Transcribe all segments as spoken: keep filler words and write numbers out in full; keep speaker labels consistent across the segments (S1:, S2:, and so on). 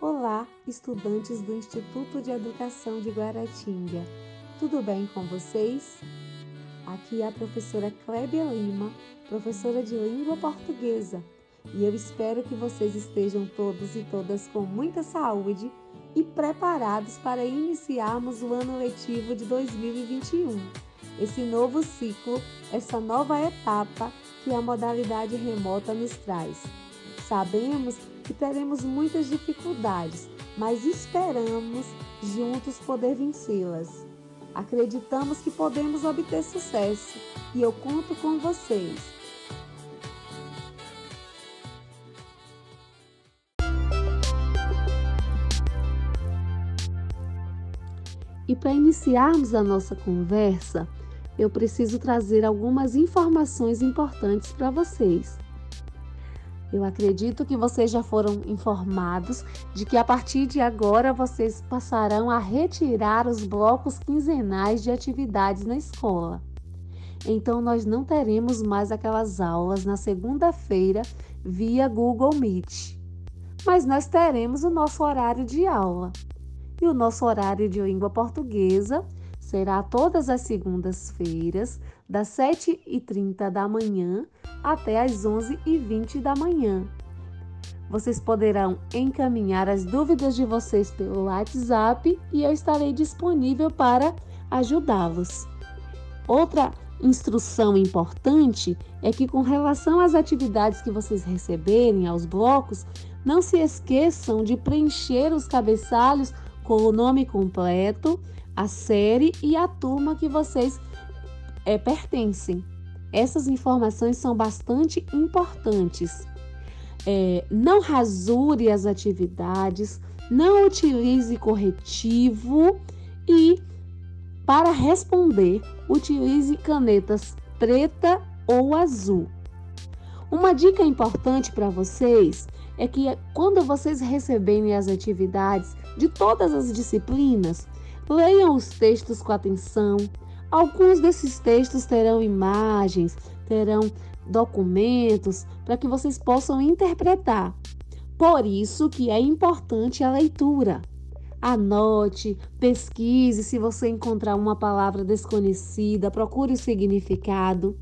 S1: Olá, estudantes do Instituto de Educação de Guaratinga. Tudo bem com vocês? Aqui é a professora Clébia Lima, professora de língua portuguesa, e eu espero que vocês estejam todos e todas com muita saúde e preparados para iniciarmos o ano letivo de dois mil e vinte e um. Esse novo ciclo, essa nova etapa que a modalidade remota nos traz. Sabemos que teremos muitas dificuldades, mas esperamos juntos poder vencê-las. Acreditamos que podemos obter sucesso e eu conto com vocês. E para iniciarmos a nossa conversa, eu preciso trazer algumas informações importantes para vocês. Eu acredito que vocês já foram informados de que a partir de agora vocês passarão a retirar os blocos quinzenais de atividades na escola. Então nós não teremos mais aquelas aulas na segunda-feira via Google Meet, mas nós teremos o nosso horário de aula. E o nosso horário de língua portuguesa será todas as segundas-feiras, das sete e trinta da manhã até as onze e vinte da manhã. Vocês poderão encaminhar as dúvidas de vocês pelo WhatsApp e eu estarei disponível para ajudá-los. Outra instrução importante é que, com relação às atividades que vocês receberem, aos blocos, não se esqueçam de preencher os cabeçalhos com o nome completo, a série e a turma que vocês é, pertencem. Essas informações são bastante importantes. É, não rasure as atividades, não utilize corretivo e, para responder, utilize canetas preta ou azul. Uma dica importante para vocês é que, quando vocês receberem as atividades de todas as disciplinas, leiam os textos com atenção. Alguns desses textos terão imagens, terão documentos para que vocês possam interpretar. Por isso que é importante a leitura. Anote, pesquise se você encontrar uma palavra desconhecida, procure o significado.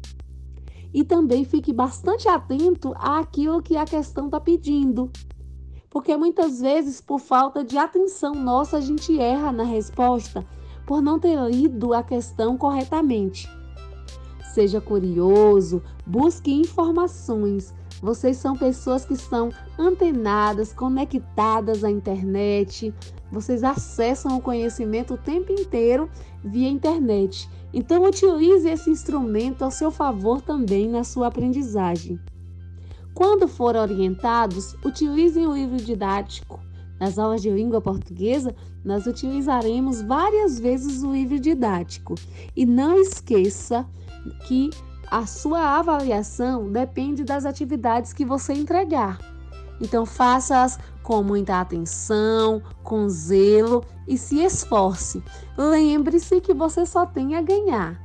S1: E também fique bastante atento àquilo que a questão está pedindo. Porque muitas vezes, por falta de atenção nossa, a gente erra na resposta, por não ter lido a questão corretamente. Seja curioso, busque informações. Vocês são pessoas que são antenadas, conectadas à internet. Vocês acessam o conhecimento o tempo inteiro via internet. Então, utilize esse instrumento ao seu favor também na sua aprendizagem. Quando forem orientados, utilizem o livro didático. Nas aulas de língua portuguesa, nós utilizaremos várias vezes o livro didático. E não esqueça que a sua avaliação depende das atividades que você entregar. Então, faça-as com muita atenção, com zelo e se esforce. Lembre-se que você só tem a ganhar.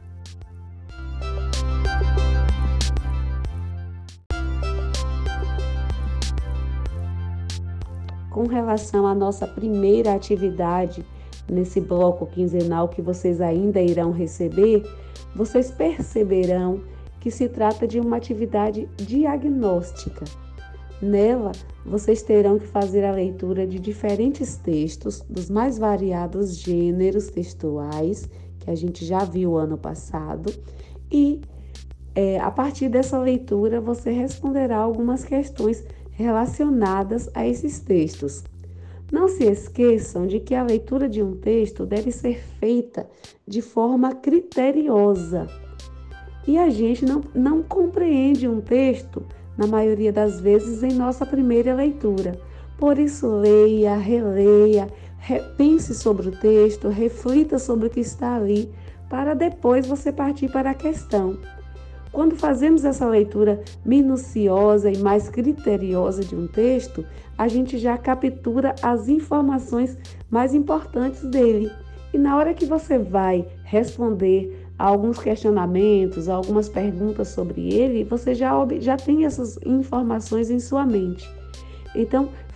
S1: Com relação à nossa primeira atividade, nesse bloco quinzenal que vocês ainda irão receber, vocês perceberão que se trata de uma atividade diagnóstica. Nela, vocês terão que fazer a leitura de diferentes textos, dos mais variados gêneros textuais, que a gente já viu ano passado, e é, a partir dessa leitura você responderá algumas questões relacionadas a esses textos. Não se esqueçam de que a leitura de um texto deve ser feita de forma criteriosa. E a gente não, não compreende um texto, na maioria das vezes, em nossa primeira leitura. Por isso, leia, releia, pense sobre o texto, reflita sobre o que está ali, para depois você partir para a questão. Quando fazemos essa leitura minuciosa e mais criteriosa de um texto, a gente já captura as informações mais importantes dele. E na hora que você vai responder a alguns questionamentos, a algumas perguntas sobre ele, você já, já tem essas informações em sua mente. Então,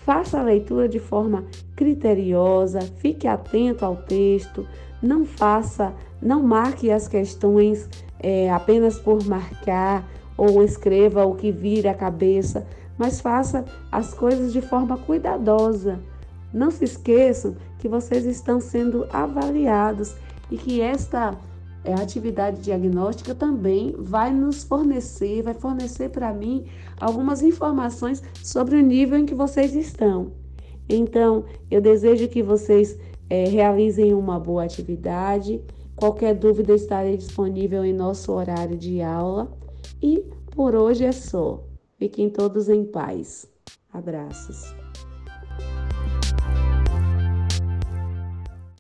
S1: Faça a leitura de forma criteriosa, fique atento ao texto, não faça, não marque as questões é, apenas por marcar ou escreva o que vir à cabeça, mas faça as coisas de forma cuidadosa. Não se esqueçam que vocês estão sendo avaliados e que esta é, atividade diagnóstica também vai nos fornecer, vai fornecer para mim algumas informações sobre o nível em que vocês estão. Então, eu desejo que vocês é, realizem uma boa atividade. Qualquer dúvida, estarei disponível em nosso horário de aula. E por hoje é só. Fiquem todos em paz. Abraços.